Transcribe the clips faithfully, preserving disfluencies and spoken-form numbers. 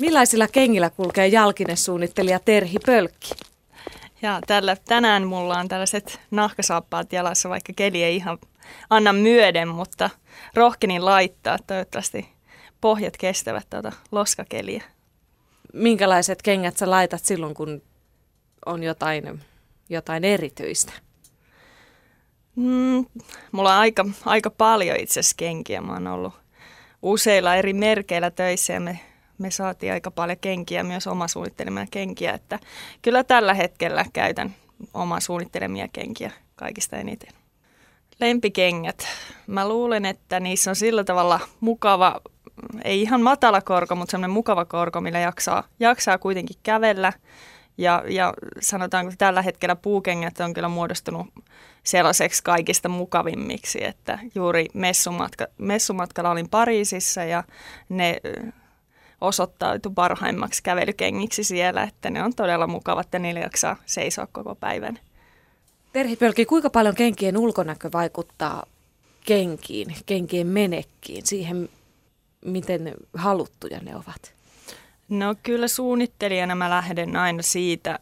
Millaisilla kengillä kulkee jalkinesuunnittelija Terhi Pölkki? Ja tällä, tänään mulla on tällaiset nahkasaappaat jalassa, vaikka keli ei ihan anna myöden, mutta rohkenin laittaa. Toivottavasti pohjat kestävät tuota loskakeliä. Minkälaiset kengät sä laitat silloin, kun on jotain, jotain erityistä? Mm, mulla on aika, aika paljon itse asiassa kenkiä. Mä oon ollut useilla eri merkeillä töissä ja me, me saatiin aika paljon kenkiä, myös oma suunnittelemia kenkiä. Että kyllä tällä hetkellä käytän oma suunnittelemia kenkiä kaikista eniten. Lempikengät. Mä luulen, että niissä on sillä tavalla mukava, ei ihan matala korko, mutta semmoinen mukava korko, millä jaksaa, jaksaa kuitenkin kävellä. Ja, ja sanotaanko, että tällä hetkellä puukengät on kyllä muodostunut sellaiseksi kaikista mukavimmiksi, että juuri messumatka, messumatkalla olin Pariisissa ja ne osoittautui parhaimmaksi kävelykengiksi siellä, että ne on todella mukavat ja niillä jaksaa seisoa koko päivän. Terhi Pölkki, kuinka paljon kenkien ulkonäkö vaikuttaa kenkiin, kenkien menekkiin, siihen miten haluttuja ne ovat? No kyllä suunnittelijana mä lähden aina siitä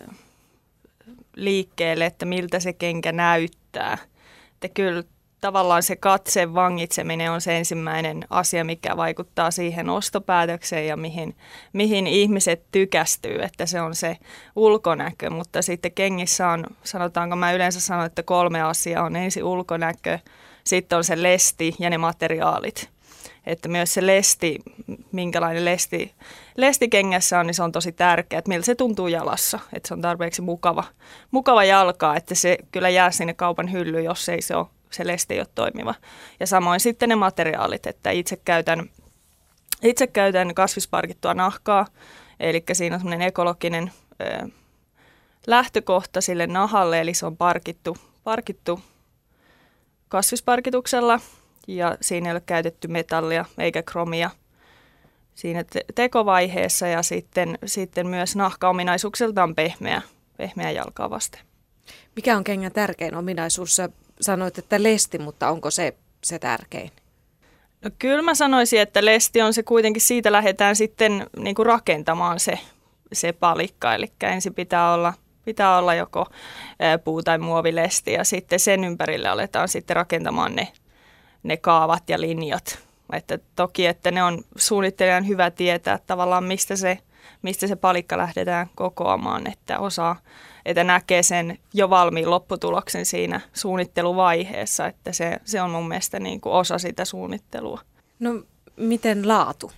liikkeelle, että miltä se kenkä näyttää. Että kyllä tavallaan se katseen vangitseminen on se ensimmäinen asia, mikä vaikuttaa siihen ostopäätökseen ja mihin, mihin ihmiset tykästyy, että se on se ulkonäkö. Mutta sitten kengissä on, sanotaanko mä yleensä sanon, että kolme asiaa on ensin ulkonäkö, sitten on se lesti ja ne materiaalit. Että myös se lesti, minkälainen lesti, lestikengässä on, niin se on tosi tärkeää, että miltä se tuntuu jalassa. Että se on tarpeeksi mukava, mukava jalkaa, että se kyllä jää sinne kaupan hyllyyn, jos ei se ole, se lesti ei ole toimiva. Ja samoin sitten ne materiaalit, että itse käytän, itse käytän kasvisparkittua nahkaa, eli siinä on semmoinen ekologinen ö, lähtökohta sille nahalle, eli se on parkittu, parkittu kasvisparkituksella. Ja siinä ei ole käytetty metallia eikä kromia siinä te- tekovaiheessa ja sitten, sitten myös nahkaominaisuuksiltaan pehmeä, pehmeä jalkaa vasten. Mikä on kengän tärkein ominaisuus? Sä sanoit, että lesti, mutta onko se se tärkein? No kyllä mä sanoisin, että lesti on se kuitenkin, siitä lähdetään sitten niin kuin rakentamaan se, se palikka. Eli ensin pitää olla, pitää olla joko puu- tai muovilesti ja sitten sen ympärille aletaan sitten rakentamaan ne ne kaavat ja linjat. Että toki, että ne on suunnittelijan hyvä tietää tavallaan, mistä se, mistä se palikka lähdetään kokoamaan, että osaa, että näkee sen jo valmiin lopputuloksen siinä suunnitteluvaiheessa, että se, se on mun mielestä niin kuin osa sitä suunnittelua. No miten laatu?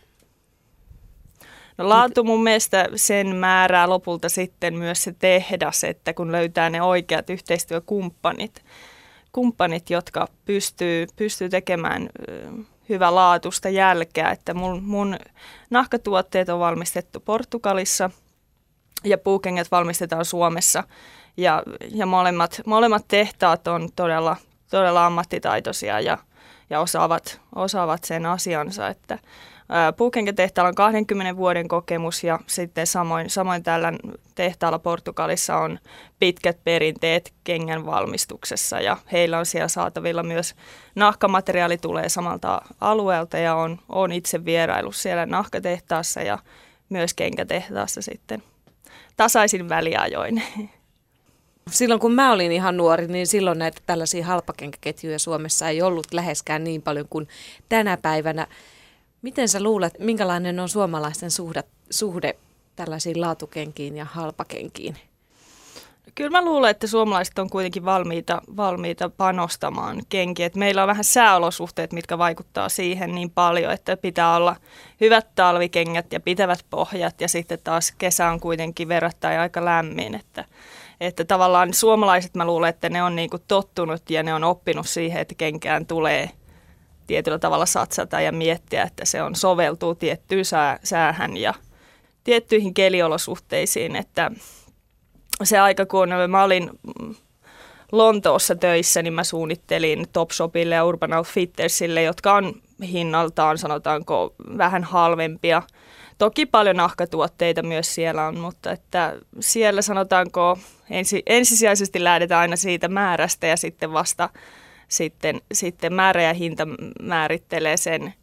No laatu mun mielestä sen määrää lopulta sitten myös se tehdas, että kun löytää ne oikeat yhteistyökumppanit, kumppanit, jotka pystyy, pystyy tekemään hyvälaatuista jälkeä, että mun, mun nahkatuotteet on valmistettu Portugalissa ja puukengät valmistetaan Suomessa ja, ja molemmat, molemmat tehtaat on todella, todella ammattitaitoisia ja, ja osaavat, osaavat sen asiansa, että puukenkätehtaalla on kahdenkymmenen vuoden kokemus ja sitten samoin, samoin tällä tehtaalla Portugalissa on pitkät perinteet kengän valmistuksessa ja heillä on siellä saatavilla myös nahkamateriaali tulee samalta alueelta ja on, on itse vierailu siellä nahkatehtaassa ja myös kenkätehtaassa sitten tasaisin väliajoin. Silloin kun mä olin ihan nuori, niin silloin näitä tällaisia halpakenkäketjuja Suomessa ei ollut läheskään niin paljon kuin tänä päivänä. Miten sä luulet, minkälainen on suomalaisten suhde, suhde tällaisiin laatukenkiin ja halpakenkiin? Kyllä mä luulen, että suomalaiset on kuitenkin valmiita, valmiita panostamaan kenkiä. Et meillä on vähän sääolosuhteet, mitkä vaikuttaa siihen niin paljon, että pitää olla hyvät talvikengät ja pitävät pohjat ja sitten taas kesä on kuitenkin verrattain aika lämmin. Että, että tavallaan suomalaiset mä luulen, että ne on niinku tottunut ja ne on oppinut siihen, että kenkään tulee tietyllä tavalla satsata ja miettiä, että se on soveltuu tiettyyn sää, säähän ja tiettyihin keliolosuhteisiin. Että se aika, kun mä olin Lontoossa töissä, niin mä suunnittelin Topshopille ja Urban Outfittersille, jotka on hinnaltaan, sanotaanko, vähän halvempia. Toki paljon nahkatuotteita myös siellä on, mutta että siellä sanotaanko ensi, ensisijaisesti lähdetään aina siitä määrästä ja sitten vasta Sitten, sitten määrä ja hinta määrittelee sen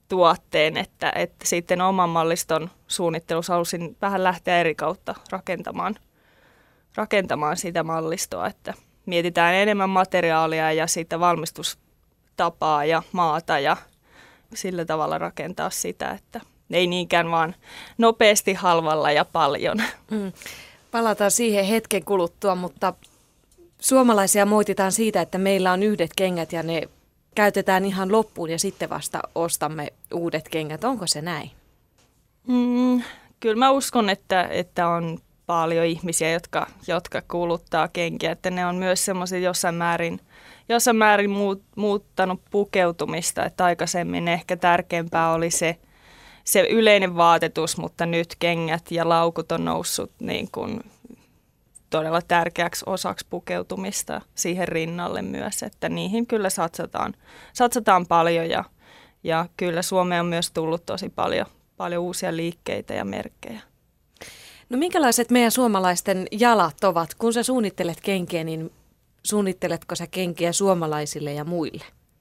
tuotteen, että, että sitten oman malliston suunnittelussa halusin vähän lähteä eri kautta rakentamaan, rakentamaan sitä mallistoa, että mietitään enemmän materiaalia ja sitä valmistustapaa ja maata ja sillä tavalla rakentaa sitä, että ei niinkään vaan nopeasti, halvalla ja paljon. Mm. Palataan siihen hetken kuluttua, mutta suomalaisia moititaan siitä, että meillä on yhdet kengät ja ne käytetään ihan loppuun ja sitten vasta ostamme uudet kengät. Onko se näin? Mm, kyllä mä uskon, että, että on paljon ihmisiä, jotka, jotka kuluttaa kenkiä, että ne on myös semmoisia jossain määrin, jossain määrin muut, muuttanut pukeutumista, että aikaisemmin ehkä tärkeämpää oli se, se yleinen vaatetus, mutta nyt kengät ja laukut on noussut niin kuin todella tärkeäksi osaksi pukeutumista siihen rinnalle myös, että niihin kyllä satsataan, satsataan paljon ja, ja kyllä Suomeen on myös tullut tosi paljon, paljon uusia liikkeitä ja merkkejä. No minkälaiset meidän suomalaisten jalat ovat? Kun sä suunnittelet kenkiä, niin suunnitteletko sä kenkiä suomalaisille ja muille?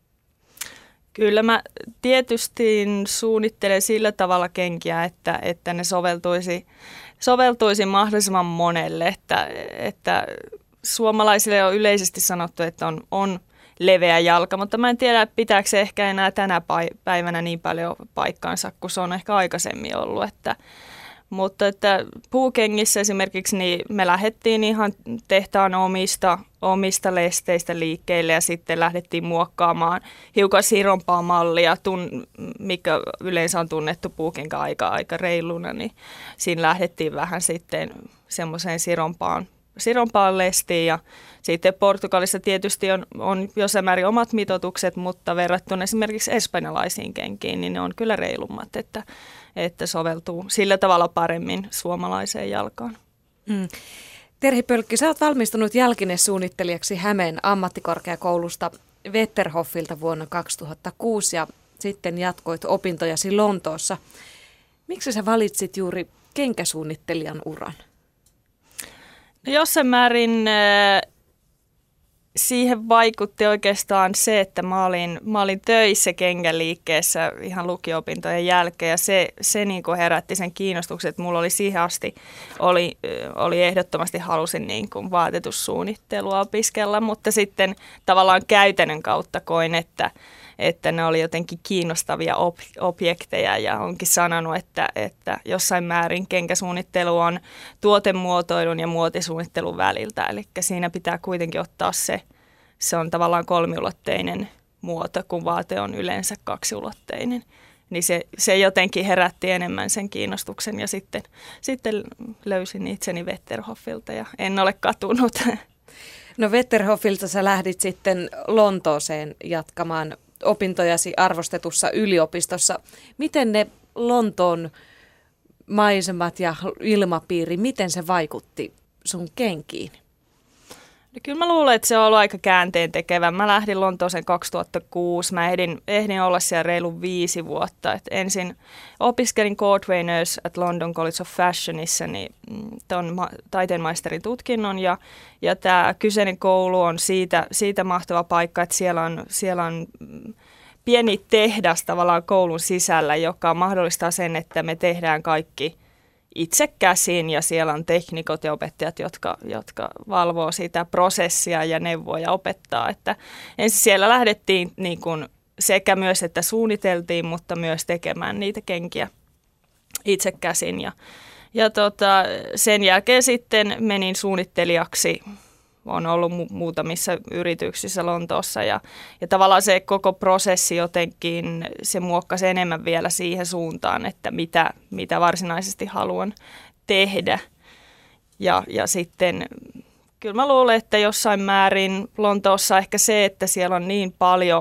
Kyllä mä tietysti suunnittelen sillä tavalla kenkiä, että, että ne soveltuisi, soveltuisi mahdollisimman monelle, että, että suomalaisille on yleisesti sanottu, että on, on leveä jalka, mutta mä en tiedä, pitääkö se ehkä enää tänä päivänä niin paljon paikkaansa, kuin se on ehkä aikaisemmin ollut, että mutta että puukengissä esimerkiksi niin me lähdettiin ihan tehtaan omista, omista lesteistä liikkeelle ja sitten lähdettiin muokkaamaan hiukan sirompaa mallia, tun, mikä yleensä on tunnettu puukenkä aika, aika reiluna, niin siinä lähdettiin vähän sitten semmoiseen sirompaan, sirompaan lestiin ja sitten Portugalissa tietysti on, on jossain määrin omat mitoitukset, mutta verrattuna esimerkiksi espanjalaisiin kenkiin, niin ne on kyllä reilummat, että että soveltuu sillä tavalla paremmin suomalaiseen jalkaan. Mm. Terhi Pölkki, sä oot valmistunut jalkinesuunnittelijaksi Hämeen ammattikorkeakoulusta Wetterhoffilta vuonna kaksituhattakuusi ja sitten jatkoit opintojasi Lontoossa. Miksi sä valitsit juuri kenkäsuunnittelijan uran? No jossain määrin äh, siihen vaikutti oikeastaan se, että mä olin, mä olin töissä kenkäliikkeessä ihan lukio-opintojen jälkeen ja se, se niin kuin herätti sen kiinnostuksen, että mulla oli siihen asti, oli, oli ehdottomasti halusin niin kuin vaatetussuunnittelua opiskella, mutta sitten tavallaan käytännön kautta koin, että, että ne oli jotenkin kiinnostavia ob, objekteja ja onkin sanonut, että, että jossain määrin kenkäsuunnittelu on tuotemuotoilun ja muotisuunnittelun väliltä, eli siinä pitää kuitenkin ottaa se, se on tavallaan kolmiulotteinen muoto, kun vaate on yleensä kaksiulotteinen. Niin se, se jotenkin herätti enemmän sen kiinnostuksen ja sitten, sitten löysin itseni Wetterhoffilta ja en ole katunut. No Wetterhoffilta sä lähdit sitten Lontooseen jatkamaan opintojasi arvostetussa yliopistossa. Miten ne Lontoon maisemat ja ilmapiiri, miten se vaikutti sun kenkiin? No kyllä mä luulen, että se on ollut aika käänteen tekevä. Mä lähdin Lontooseen kaksituhattakuusi. Mä ehdin, ehdin olla siellä reilu viisi vuotta. Et ensin opiskelin Cordway Nurse at London College of Fashionissa niin ton ma- taiteenmaisterin tutkinnon. Ja, ja tämä kyseinen koulu on siitä, siitä mahtava paikka, että siellä on, siellä on pieni tehdas tavallaan koulun sisällä, joka mahdollistaa sen, että me tehdään kaikki itse käsin ja siellä on teknikot ja opettajat, jotka, jotka valvoo sitä prosessia ja neuvoo ja opettaa. Että ensin siellä lähdettiin niin kuin sekä myös, että suunniteltiin, mutta myös tekemään niitä kenkiä itse käsin. Ja, ja tota, sen jälkeen sitten menin suunnittelijaksi. Olen ollut mu- muutamissa yrityksissä Lontoossa ja, ja tavallaan se koko prosessi jotenkin, se muokkasi enemmän vielä siihen suuntaan, että mitä, mitä varsinaisesti haluan tehdä. Ja, ja sitten kyllä mä luulen, että jossain määrin Lontoossa ehkä se, että siellä on niin paljon,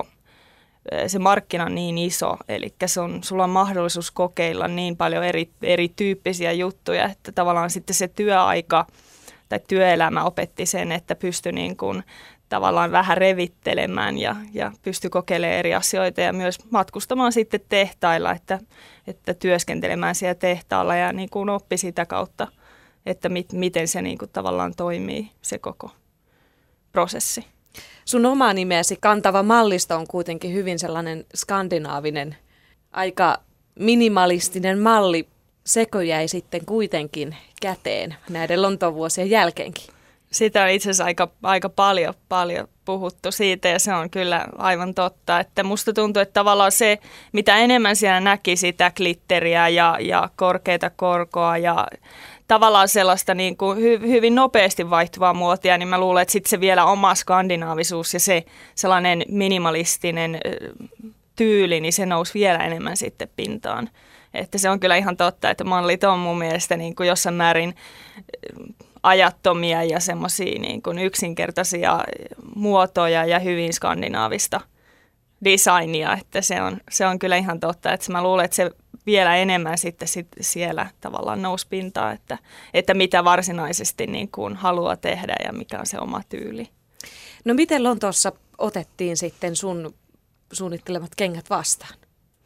se markkina on niin iso, eli se on, sulla on mahdollisuus kokeilla niin paljon eri, erityyppisiä juttuja, että tavallaan sitten se työaika tai työelämä opetti sen, että pystyi niin kuin tavallaan vähän revittelemään ja, ja pystyi kokeilemaan eri asioita ja myös matkustamaan sitten tehtailla, että, että työskentelemään siellä tehtaalla ja niin kuin oppi sitä kautta, että mit, miten se niin kuin tavallaan toimii se koko prosessi. Sun oma nimeäsi kantava mallisto on kuitenkin hyvin sellainen skandinaavinen Aika minimalistinen malli, sekö jäi sitten kuitenkin käteen näiden Lontoon vuosien jälkeenkin? Sitä on itse asiassa aika, aika paljon, paljon puhuttu siitä ja se on kyllä aivan totta, että musta tuntuu, että tavallaan se, mitä enemmän siellä näki sitä glitteriä ja, ja korkeita korkoa ja tavallaan sellaista niin kuin hy, hyvin nopeasti vaihtuvaa muotia, niin mä luulen, että sitten se vielä oma skandinaavisuus ja se sellainen minimalistinen tyyli, niin se nousi vielä enemmän sitten pintaan. Että se on kyllä ihan totta, että mallit on mun mielestä niin kuin jossain määrin ajattomia ja semmoisia niin kuin yksinkertaisia muotoja ja hyvin skandinaavista designia, että se on, se on kyllä ihan totta, että mä luulen, että se vielä enemmän sitten sit siellä tavallaan nousi pintaan, että, että mitä varsinaisesti niin kuin haluaa tehdä ja mikä on se oma tyyli. No miten Lontoossa otettiin sitten sun suunnittelemat kengät vastaan?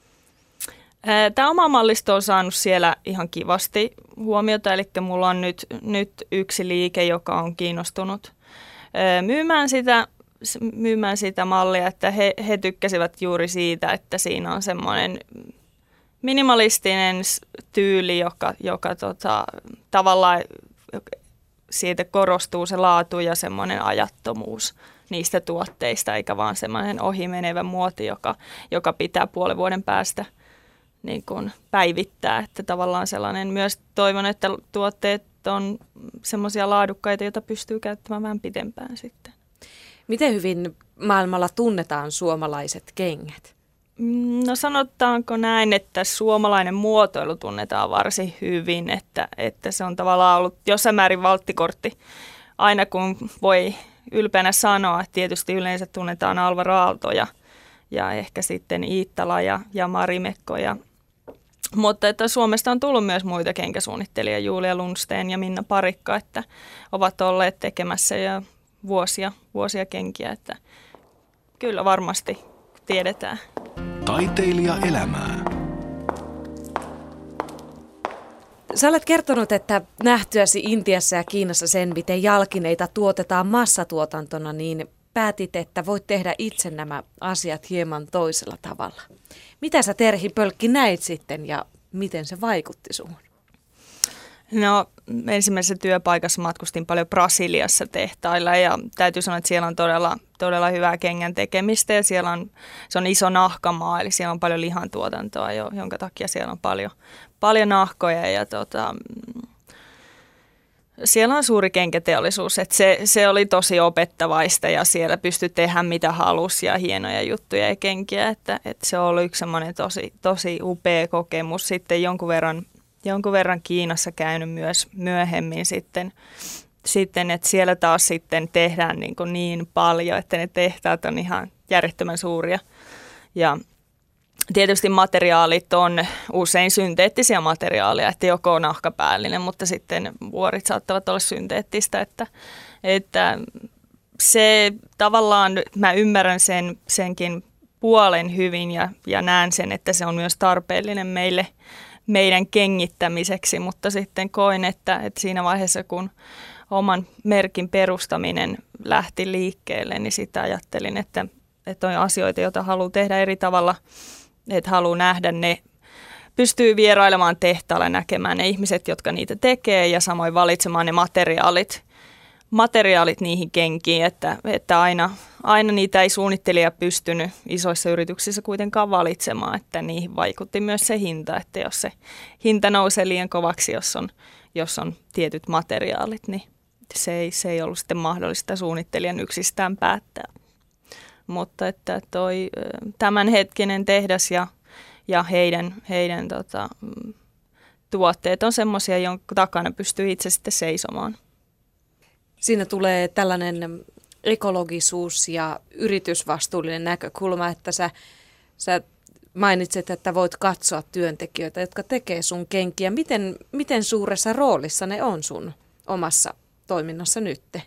Tämä oma mallisto on saanut siellä ihan kivasti huomiota, eli mulla on nyt, nyt yksi liike, joka on kiinnostunut myymään sitä, myymään sitä mallia, että he, he tykkäsivät juuri siitä, että siinä on semmoinen minimalistinen tyyli, joka, joka tota, tavallaan siitä korostuu se laatu ja semmoinen ajattomuus niistä tuotteista, eikä vaan semmoinen ohimenevä muoti, joka, joka pitää puolen vuoden päästä niin kuin päivittää, että tavallaan sellainen myös toivon, että tuotteet on semmoisia laadukkaita, joita pystyy käyttämään vähän pidempään sitten. Miten hyvin maailmalla tunnetaan suomalaiset kengät? No sanotaanko näin, että suomalainen muotoilu tunnetaan varsin hyvin, että, että se on tavallaan ollut jossain määrin valttikortti. Aina kun voi ylpeänä sanoa, että tietysti yleensä tunnetaan Alvar Aalto ja, ja ehkä sitten Iittala ja, ja Marimekko ja mutta että Suomesta on tullut myös muita kenkäsuunnittelijia, Julia Lundsten ja Minna Parikka, että ovat olleet tekemässä jo vuosia, vuosia kenkiä, että kyllä varmasti tiedetään. Taiteilija elämää. Sä olet kertonut, että nähtyäsi Intiassa ja Kiinassa sen, miten jalkineita tuotetaan massatuotantona, niin päätit, että voit tehdä itse nämä asiat hieman toisella tavalla. Mitä sä, Terhi Pölkki, näit sitten ja miten se vaikutti suhun? No ensimmäisessä työpaikassa matkustin paljon Brasiliassa tehtailla ja täytyy sanoa, että siellä on todella, todella hyvää kengän tekemistä ja siellä on, se on iso nahkamaa, eli siellä on paljon lihantuotantoa, jonka takia siellä on paljon, paljon nahkoja ja tota, siellä on suuri kenkäteollisuus, että se, se oli tosi opettavaista ja siellä pystyi tehdä mitä halusi ja hienoja juttuja ja kenkiä, että, että se on ollut yksi semmoinen tosi, tosi upea kokemus. Sitten jonkun verran, jonkun verran Kiinassa käynyt myös myöhemmin sitten, sitten että siellä taas sitten tehdään niin, kuin niin paljon, että ne tehtaat on ihan järjettömän suuria ja tietysti materiaalit on usein synteettisiä materiaaleja, että joko on nahkapäällinen, mutta sitten vuorit saattavat olla synteettistä, että, että se tavallaan, mä ymmärrän sen, senkin puolen hyvin ja, ja näen sen, että se on myös tarpeellinen meille, meidän kengittämiseksi, mutta sitten koin, että, että siinä vaiheessa, kun oman merkin perustaminen lähti liikkeelle, niin sitä ajattelin, että, että on asioita, joita haluaa tehdä eri tavalla, että haluaa nähdä ne, pystyy vierailemaan tehtaalla, näkemään ne ihmiset, jotka niitä tekee ja samoin valitsemaan ne materiaalit, materiaalit niihin kenkiin, että, että aina, aina niitä ei suunnittelija pystynyt isoissa yrityksissä kuitenkaan valitsemaan, että niihin vaikutti myös se hinta, että jos se hinta nousee liian kovaksi, jos on, jos on tietyt materiaalit, niin se ei, se ei ollut sitten mahdollista suunnittelijan yksistään päättää. Mutta että toi tämänhetkinen tehdas ja, ja heidän, heidän tota, tuotteet on semmoisia, jonka takana pystyy itse sitten seisomaan. Siinä tulee tällainen ekologisuus ja yritysvastuullinen näkökulma, että sä, sä mainitset, että voit katsoa työntekijöitä, jotka tekee sun kenkiä. Miten, miten suuressa roolissa ne on sun omassa toiminnassa nytte?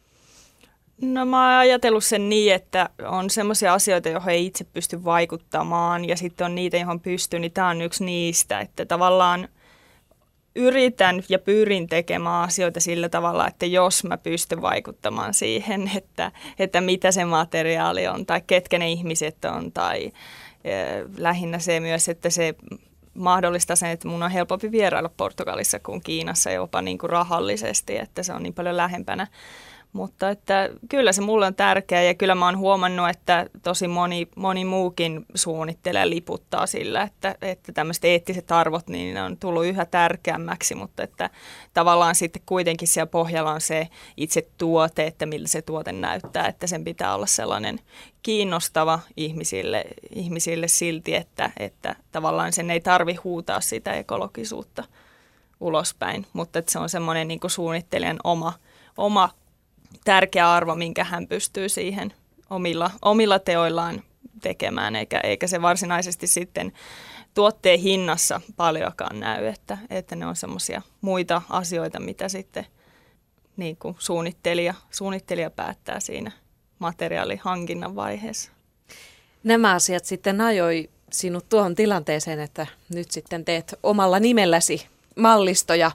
No mä oon ajatellut sen niin, että on semmoisia asioita, joihin ei itse pysty vaikuttamaan ja sitten on niitä, johon pystyy, niin tämä on yksi niistä, että tavallaan yritän ja pyrin tekemään asioita sillä tavalla, että jos mä pystyn vaikuttamaan siihen, että, että mitä se materiaali on tai ketkä ne ihmiset on tai lähinnä se myös, että se mahdollistaa sen, että mun on helpompi vierailla Portugalissa kuin Kiinassa jopa niin kuin rahallisesti, että se on niin paljon lähempänä. Mutta että kyllä se mulle on tärkeää ja kyllä mä oon huomannut, että tosi moni, moni muukin suunnittelee liputtaa sillä, että, että tämmöiset eettiset arvot niin ne on tullut yhä tärkeämmäksi, mutta että tavallaan sitten kuitenkin siellä pohjalla on se itse tuote, että miltä se tuote näyttää, että sen pitää olla sellainen kiinnostava ihmisille, ihmisille silti, että, että tavallaan sen ei tarvi huutaa sitä ekologisuutta ulospäin, mutta että se on semmoinen niin kuin suunnittelijan oma, oma tärkeä arvo, minkä hän pystyy siihen omilla, omilla teoillaan tekemään, eikä, eikä se varsinaisesti sitten tuotteen hinnassa paljonkaan näy, että, että ne on semmoisia muita asioita, mitä sitten niin kuin suunnittelija, suunnittelija päättää siinä materiaalihankinnan vaiheessa. Nämä asiat sitten ajoi sinut tuohon tilanteeseen, että nyt sitten teet omalla nimelläsi mallistoja.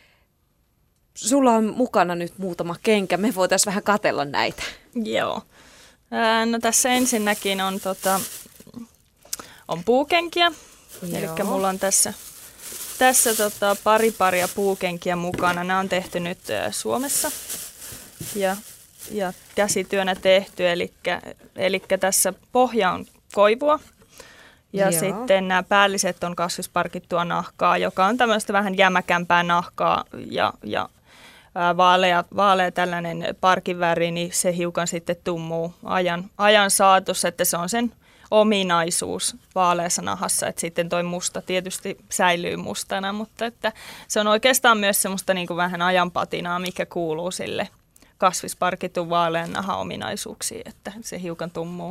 Sulla on mukana nyt muutama kenkä. Me voitaisiin vähän katsella näitä. Joo. No tässä ensinnäkin on, tota, on puukenkiä. Eli mulla on tässä, tässä tota, pari paria puukenkiä mukana. Nämä on tehty nyt Suomessa ja, ja käsityönä tehty. Eli, eli tässä pohja on koivua. Ja Joo. sitten nämä päälliset on kasvisparkittua nahkaa, joka on tämmöistä vähän jämäkämpää nahkaa ja, ja Vaalea, vaalea tällainen parkin väri, niin se hiukan sitten tummuu ajan, ajan saatossa, että se on sen ominaisuus vaaleassa nahassa, että sitten toi musta tietysti säilyy mustana, mutta että se on oikeastaan myös semmoista niin kuin vähän ajanpatinaa, mikä kuuluu sille kasvisparkitun vaalean nahan ominaisuuksiin, että se hiukan tummuu,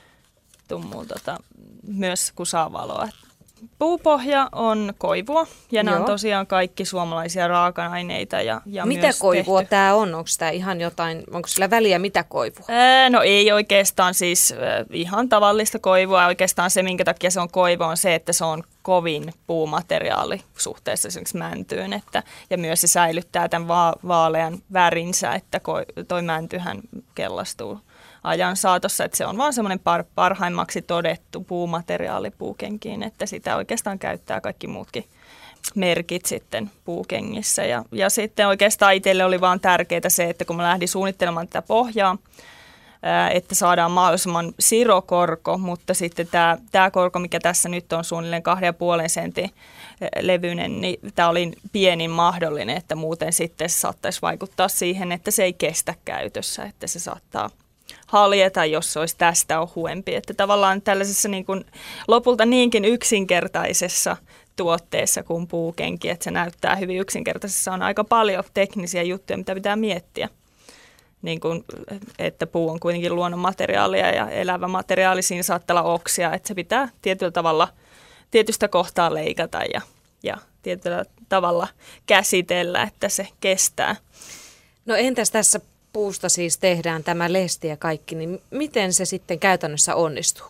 tummuu tota, myös kun saa valoa. Puupohja on koivua ja nämä on tosiaan kaikki suomalaisia raaka-aineita. Ja, ja mitä myös koivua tehty. Tämä on? Onko tämä ihan jotain, onko sillä väliä mitä koivua? Ää, no ei oikeastaan siis äh, ihan tavallista koivua. Oikeastaan se, minkä takia se on koiva, on se, että se on kovin puumateriaali suhteessa esimerkiksi mäntyyn. Että, ja myös se säilyttää tämän va- vaalean värinsä, että ko- toi mäntyhän kellastuu ajan saatossa, että se on vaan semmoinen par, parhaimmaksi todettu puumateriaali puukenkiin, että sitä oikeastaan käyttää kaikki muutkin merkit sitten puukengissä. Ja, ja sitten oikeastaan itselle oli vaan tärkeää se, että kun mä lähdin suunnittelemaan tätä pohjaa, ää, että saadaan mahdollisimman sirokorko, mutta sitten tämä, tämä korko, mikä tässä nyt on suunnilleen kahden ja puolen sentin levyinen, niin tämä oli pienin mahdollinen, että muuten sitten saattaisi vaikuttaa siihen, että se ei kestä käytössä, että se saattaa haljeta, jos se olisi tästä ohuempi. Että tavallaan tällaisessa niin kuin lopulta niinkin yksinkertaisessa tuotteessa kuin puukenki, että se näyttää hyvin yksinkertaisessa, on aika paljon teknisiä juttuja, mitä pitää miettiä. Niin kuin, että puu on kuitenkin luonnon materiaalia ja elävä materiaali, siinä saattaa olla oksia, että se pitää tietyllä tavalla tietystä kohtaa leikata ja, ja tietyllä tavalla käsitellä, että se kestää. No entäs tässä puusta siis tehdään tämä lesti ja kaikki, niin miten se sitten käytännössä onnistuu?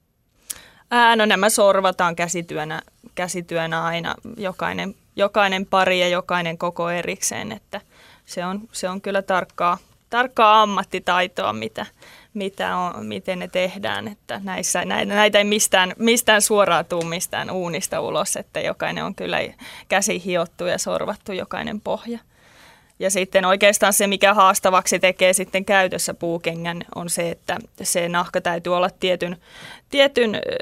Ää, no nämä sorvataan käsityönä, käsityönä aina, jokainen, jokainen pari ja jokainen koko erikseen, että se on, se on kyllä tarkkaa, tarkkaa ammattitaitoa, mitä, mitä on, miten ne tehdään, että näissä, näitä, näitä ei mistään, mistään suoraan tule mistään uunista ulos, että jokainen on kyllä käsi hiottu ja sorvattu jokainen pohja. Ja sitten oikeastaan se, mikä haastavaksi tekee sitten käytössä puukengän, on se, että se nahka täytyy olla tietyn, tietyn äh,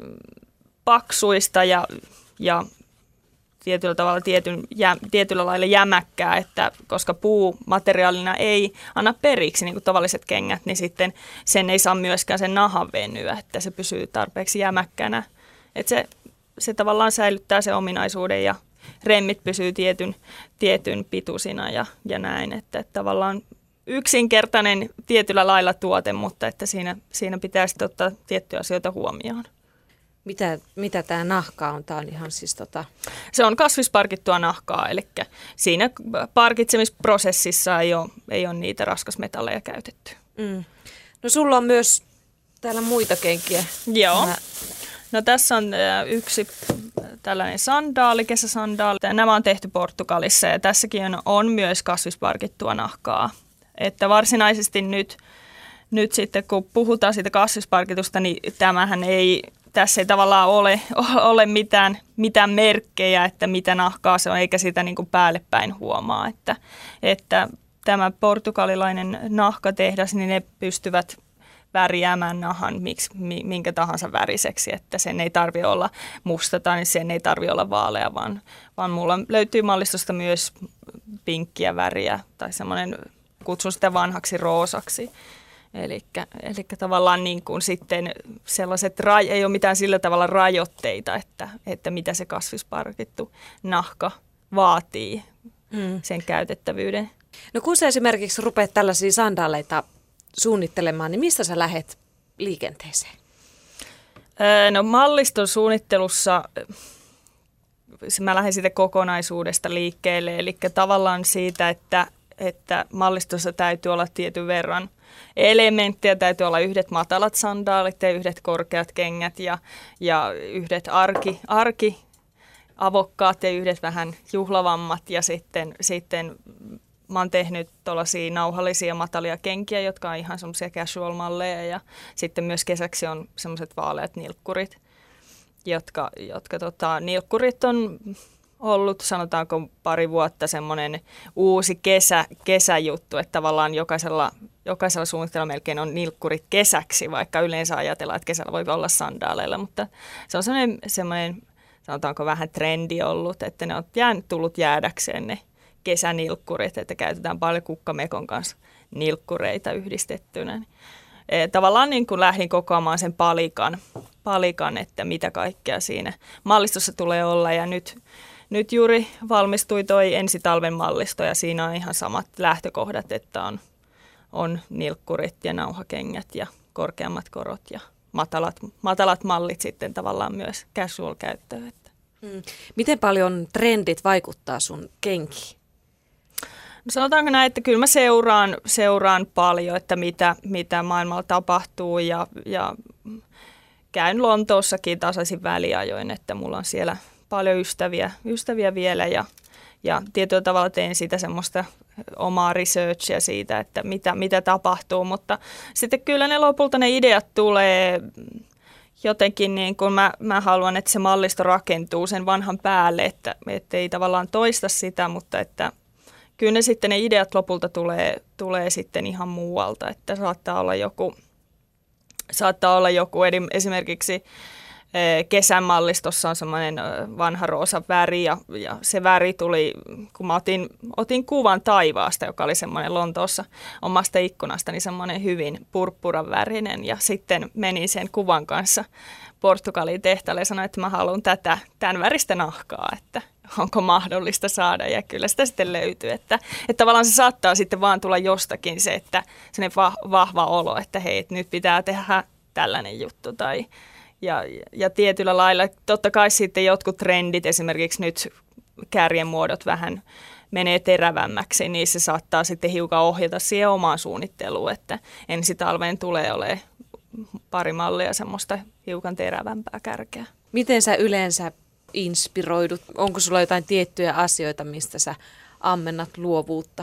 paksuista ja, ja tietyllä tavalla tietyn, jä, tietyllä lailla jämäkkää, että koska puu materiaalina ei anna periksi niin kuin tavalliset kengät, niin sitten sen ei saa myöskään sen nahan venyä, että se pysyy tarpeeksi jämäkkänä. Että se, se tavallaan säilyttää sen ominaisuuden ja remmit pysyy tietyn, tietyn pituisina ja, ja näin, että, että tavallaan yksinkertainen tietyllä lailla tuote, mutta että siinä, siinä pitää sitten ottaa tiettyjä asioita huomioon. Mitä, mitä tämä nahka on? Tämä on ihan siis tota... Se on kasvisparkittua nahkaa, eli siinä parkitsemisprosessissa ei ole, ei ole niitä raskasmetalleja käytetty. Mm. No sulla on myös täällä muita kenkiä. Joo. Mä... No tässä on yksi tällainen sandaali, kesäsandaali. Nämä on tehty Portugalissa ja tässäkin on, on myös kasvisparkittua nahkaa. Että varsinaisesti nyt, nyt sitten kun puhutaan siitä kasvisparkitusta, niin tämähän ei tässä ei tavallaan ole, ole mitään, mitään merkkejä, että mitä nahkaa se on, eikä sitä niin kuin päälle päin huomaa, että, että tämä portugalilainen nahkatehdas, niin ne pystyvät värjäämään nahan miksi, minkä tahansa väriseksi, että sen ei tarvitse olla musta tai sen ei tarvitse olla vaalea, vaan, vaan mulla löytyy mallistosta myös pinkkiä väriä tai semmoinen, kutsun sitä vanhaksi roosaksi. Elikkä, elikkä tavallaan niin kuin sitten sellaiset, raj- ei ole mitään sillä tavalla rajoitteita, että, että mitä se kasvisparkittu nahka vaatii hmm. sen käytettävyyden. No kun sä esimerkiksi rupeat tällaisia sandaaleita suunnittelemaan, niin mistä sä lähdet liikenteeseen? No malliston suunnittelussa mä lähden siitä kokonaisuudesta liikkeelle, eli tavallaan siitä, että, että mallistossa täytyy olla tietyn verran elementtejä, täytyy olla yhdet matalat sandaalit ja yhdet korkeat kengät ja, ja yhdet arki, arki avokkaat ja yhdet vähän juhlavammat ja sitten, sitten mä oon tehnyt tuollaisia nauhallisia matalia kenkiä, jotka on ihan semmoisia casual-malleja ja sitten myös kesäksi on semmoiset vaaleat nilkkurit, jotka, jotka tota, nilkkurit on ollut sanotaanko pari vuotta semmoinen uusi kesä, kesäjuttu, että tavallaan jokaisella, jokaisella suunnittelulla melkein on nilkkurit kesäksi, vaikka yleensä ajatellaan, että kesällä voi olla sandaaleilla, mutta se on semmoinen, semmoinen sanotaanko vähän trendi ollut, että ne on jäänyt, tullut jäädäkseen ne kesänilkkurit, että käytetään paljon kukkamekon kanssa nilkkureita yhdistettynä. Tavallaan niin kuin lähdin kokoamaan sen palikan, palikan, että mitä kaikkea siinä mallistossa tulee olla. Ja nyt, nyt juuri valmistui toi ensi talven mallisto ja siinä on ihan samat lähtökohdat, että on, on nilkkurit ja nauhakengät ja korkeammat korot ja matalat, matalat mallit sitten tavallaan myös casual-käyttöön. Hmm. Miten paljon trendit vaikuttaa sun kenkiin? No sanotaanko näin, että kyllä mä seuraan, seuraan paljon, että mitä, mitä maailmalla tapahtuu ja, ja käyn Lontoossakin tasaisin väliajoin, että mulla on siellä paljon ystäviä, ystäviä vielä ja, ja tietyllä tavalla teen siitä semmoista omaa researchia siitä, että mitä, mitä tapahtuu, mutta sitten kyllä ne lopulta ne ideat tulee jotenkin niin kuin mä, mä haluan, että se mallisto rakentuu sen vanhan päälle, että, että ei tavallaan toista sitä, mutta että kyllä ne sitten ne ideat lopulta tulee, tulee sitten ihan muualta, että saattaa olla joku, saattaa olla joku esimerkiksi kesän mallistossa on semmoinen vanha roosa väri ja, ja se väri tuli, kun mä otin, otin kuvan taivaasta, joka oli semmoinen Lontoossa omasta ikkunasta, niin semmoinen hyvin purppuran värinen ja sitten menin sen kuvan kanssa Portugalin tehtaalle ja sanoin, että mä haluan tätä, tämän väristä nahkaa, että onko mahdollista saada ja kyllä sitä sitten löytyy, että, että tavallaan se saattaa sitten vaan tulla jostakin se, että sellainen va- vahva olo, että hei, että nyt pitää tehdä tällainen juttu tai Ja, ja tietyllä lailla, totta kai sitten jotkut trendit, esimerkiksi nyt kärjen muodot vähän menee terävämmäksi, niin se saattaa sitten hiukan ohjata siihen omaan suunnitteluun, että ensi talveen tulee olemaan pari mallia semmoista hiukan terävämpää kärkeä. Miten sä yleensä inspiroidut? Onko sulla jotain tiettyjä asioita, mistä sä ammennat luovuutta?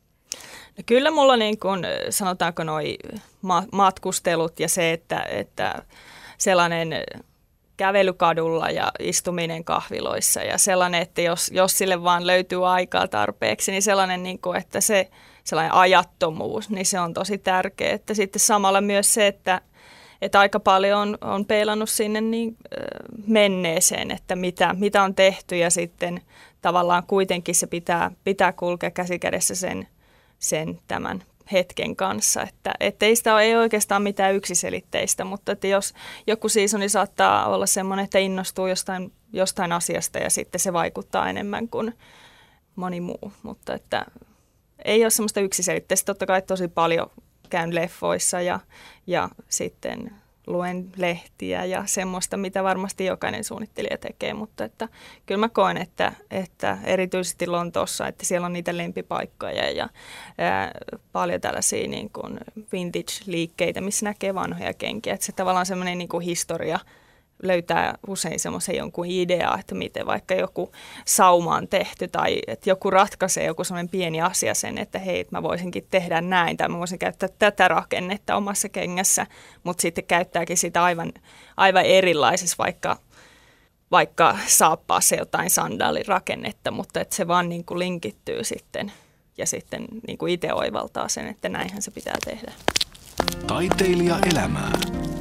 No kyllä mulla niin kuin sanotaanko noi ma- matkustelut ja se, että, että sellainen kävelykadulla ja istuminen kahviloissa ja sellainen, että jos, jos sille vaan löytyy aikaa tarpeeksi, niin sellainen, niin kuin, että se sellainen ajattomuus, niin se on tosi tärkeä. Että sitten samalla myös se, että, että aika paljon on, on peilannut sinne niin, menneeseen, että mitä, mitä on tehty ja sitten tavallaan kuitenkin se pitää, pitää kulkea käsikädessä sen, sen tämän hetken kanssa, että, että ei sitä ole ei oikeastaan mitään yksiselitteistä, mutta että jos joku seasoni saattaa olla semmoinen, että innostuu jostain, jostain asiasta ja sitten se vaikuttaa enemmän kuin moni muu, mutta että ei ole semmoista yksiselitteistä, totta kai tosi paljon käyn leffoissa ja, ja sitten luen lehtiä ja semmoista, mitä varmasti jokainen suunnittelija tekee, mutta että kyllä mä koen, että, että erityisesti Lontoossa, että siellä on niitä lempipaikkoja ja ää, paljon tällaisia niin kuin vintage-liikkeitä, missä näkee vanhoja kenkiä, että se tavallaan semmoinen niin kuin historia löytää usein semmoisen jonkun idea, että miten vaikka joku sauma on tehty tai että joku ratkaisee joku semmoinen pieni asia sen, että hei, mä voisinkin tehdä näin tai mä voisin käyttää tätä rakennetta omassa kengässä, mutta sitten käyttääkin sitä aivan, aivan erilaisessa vaikka, vaikka saappaassa jotain sandaalirakennetta, mutta että se vaan niin kuin linkittyy sitten ja sitten niin kuin itse oivaltaa sen, että näinhän se pitää tehdä. Taiteilija elämää.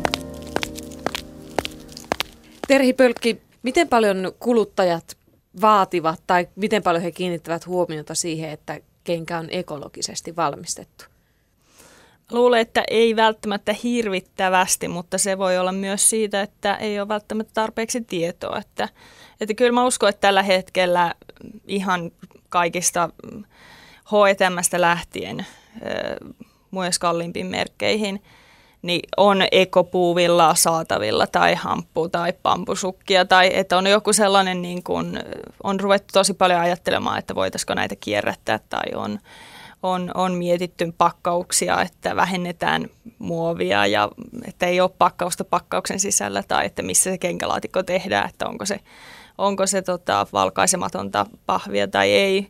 Terhi Pölkki, miten paljon kuluttajat vaativat tai miten paljon he kiinnittävät huomiota siihen, että kenkä on ekologisesti valmistettu? Luulen, että ei välttämättä hirvittävästi, mutta se voi olla myös siitä, että ei ole välttämättä tarpeeksi tietoa. Että, että kyllä mä uskon, että tällä hetkellä ihan kaikista H and M:stä lähtien myös kalliimpiin merkkeihin, niin on ekopuuvilla saatavilla tai hamppu tai pampusukkia tai että on joku sellainen, niin kuin, on ruvettu tosi paljon ajattelemaan, että voitaisiko näitä kierrättää tai on, on, on mietitty pakkauksia, että vähennetään muovia ja että ei ole pakkausta pakkauksen sisällä tai että missä se kenkälaatikko tehdään, että onko se, onko se tota, valkaisematonta pahvia tai ei.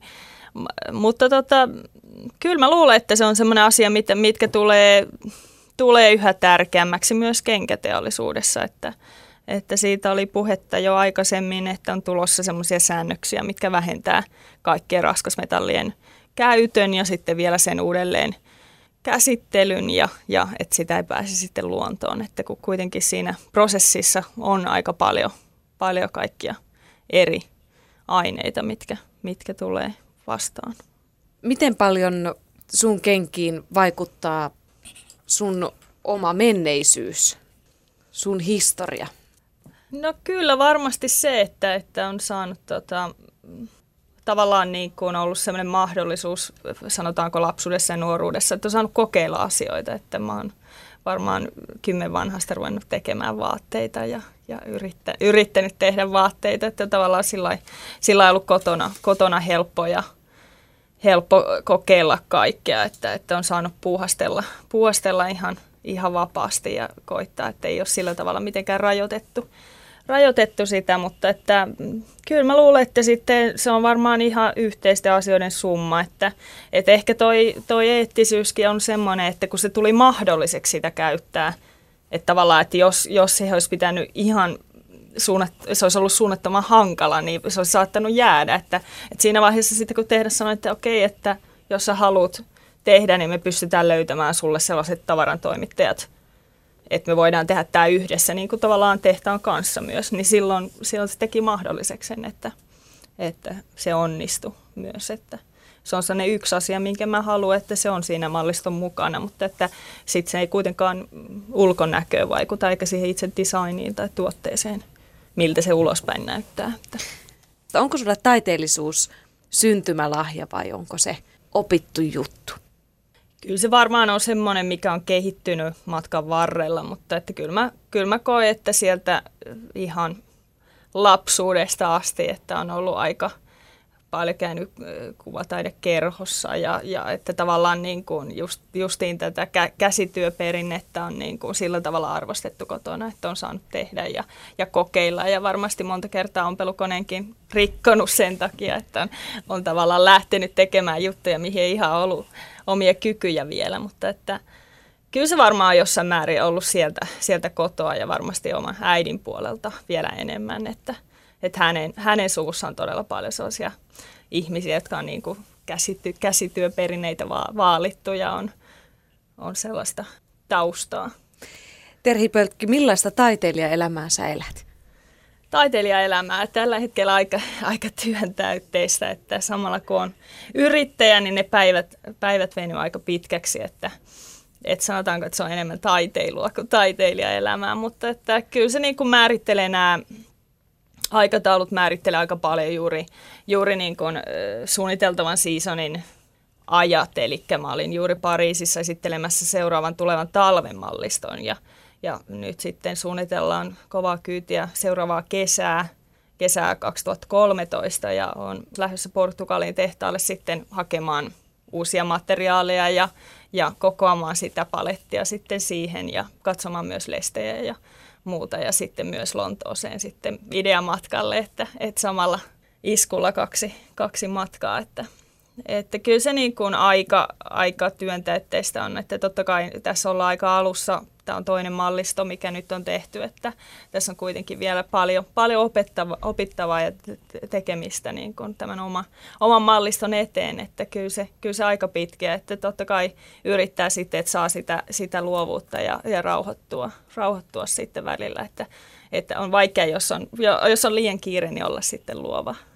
Mutta tota, kyllä mä luulen, että se on semmoinen asia, mit, mitkä tulee... tulee yhä tärkeämmäksi myös kenkäteollisuudessa, että, että siitä oli puhetta jo aikaisemmin, että on tulossa semmoisia säännöksiä, mitkä vähentää kaikkien raskasmetallien käytön ja sitten vielä sen uudelleen käsittelyn ja, ja että sitä ei pääse sitten luontoon, että kun kuitenkin siinä prosessissa on aika paljon, paljon kaikkia eri aineita, mitkä, mitkä tulee vastaan. Miten paljon sun kenkiin vaikuttaa sun oma menneisyys, sun historia? No kyllä varmasti se, että, että on saanut tota, tavallaan niin kuin on ollut sellainen mahdollisuus, sanotaanko lapsuudessa ja nuoruudessa, että on saanut kokeilla asioita, että mä oon varmaan kymmen vanhasta ruvennut tekemään vaatteita ja, ja yrittä, yrittänyt tehdä vaatteita, että tavallaan sillä lailla ollut kotona, kotona helppo ja helppo kokeilla kaikkea, että, että on saanut puuhastella, puuhastella ihan, ihan vapaasti ja koittaa, että ei ole sillä tavalla mitenkään rajoitettu, rajoitettu sitä, mutta että kyllä mä luulen, että sitten se on varmaan ihan yhteisten asioiden summa, että, että ehkä toi, toi eettisyyskin on semmoinen, että kun se tuli mahdolliseksi sitä käyttää, että tavallaan, että jos, jos se olisi pitänyt ihan Suunnat, se olisi ollut suunnattoman hankala, niin se olisi saattanut jäädä. Että, että siinä vaiheessa sitten, kun tehdas sanoi, että okei, että jos sä haluat tehdä, niin me pystytään löytämään sulle sellaiset tavarantoimittajat, että me voidaan tehdä tämä yhdessä, niin kuin tavallaan tehtaan kanssa myös. Niin silloin, silloin se teki mahdolliseksi sen, että, että se onnistui myös. Että se on sellainen yksi asia, minkä mä haluan, että se on siinä malliston mukana, mutta että sitten se ei kuitenkaan ulkonäköön vaikuta, eikä siihen itse designiin tai tuotteeseen, miltä se ulospäin näyttää. Onko sulla taiteellisuus syntymälahja vai onko se opittu juttu? Kyllä se varmaan on semmoinen, mikä on kehittynyt matkan varrella, mutta että kyllä mä, kyllä mä koen, että sieltä ihan lapsuudesta asti, että on ollut aika paljon käynyt kuvataidekerhossa ja, ja että tavallaan niin kuin just, justiin tätä kä- käsityöperinnettä on niin kuin sillä tavalla arvostettu kotona, että on saanut tehdä ja, ja kokeilla ja varmasti monta kertaa ompelukoneenkin rikkonut sen takia, että on, on tavallaan lähtenyt tekemään juttuja, mihin ei ihan ollut omia kykyjä vielä, mutta että kyllä se varmaan on jossain määrin ollut sieltä, sieltä kotoa ja varmasti oman äidin puolelta vielä enemmän, että Että hänen, hänen suvussa on todella paljon sellaisia ihmisiä, jotka on niin kuin käsity, käsityöperineitä va- vaalittu ja on, on sellaista taustaa. Terhi Pölkki, millaista taiteilijaelämää sä elät? Taiteilijaelämää tällä hetkellä aika, aika työntäytteistä, että samalla kun on yrittäjä, niin ne päivät, päivät venyy aika pitkäksi, että että sanotaanko, että se on enemmän taiteilua kuin taiteilijaelämää, mutta että kyllä se niin kuin määrittelee nämä aikataulut määrittelee aika paljon juuri, juuri niin kuin, äh, suunniteltavan seasonin ajat. Eli mä olin juuri Pariisissa esittelemässä seuraavan tulevan talven malliston ja, ja nyt sitten suunnitellaan kovaa kyytiä seuraavaa kesää, kesää kaksituhattakolmetoista ja olen lähdössä Portugalin tehtaalle sitten hakemaan uusia materiaaleja ja, ja kokoamaan sitä palettia sitten siihen ja katsomaan myös lestejä ja muuta ja sitten myös Lontooseen sitten ideamatkalle, että, että samalla iskulla kaksi, kaksi matkaa, että, että kyllä se niin kuin aika, aika työntäytteistä on, että totta kai tässä ollaan aika alussa, tämä on toinen mallisto, mikä nyt on tehty, että tässä on kuitenkin vielä paljon, paljon opettava, opittavaa ja tekemistä niin kuin tämän oma, oman malliston eteen, että kyllä se, kyllä se aika pitkä, että totta kai yrittää sitten, että saa sitä, sitä luovuutta ja, ja rauhoittua, rauhoittua sitten välillä, että, että on vaikea, jos on, jos on liian kiire, niin olla sitten luova.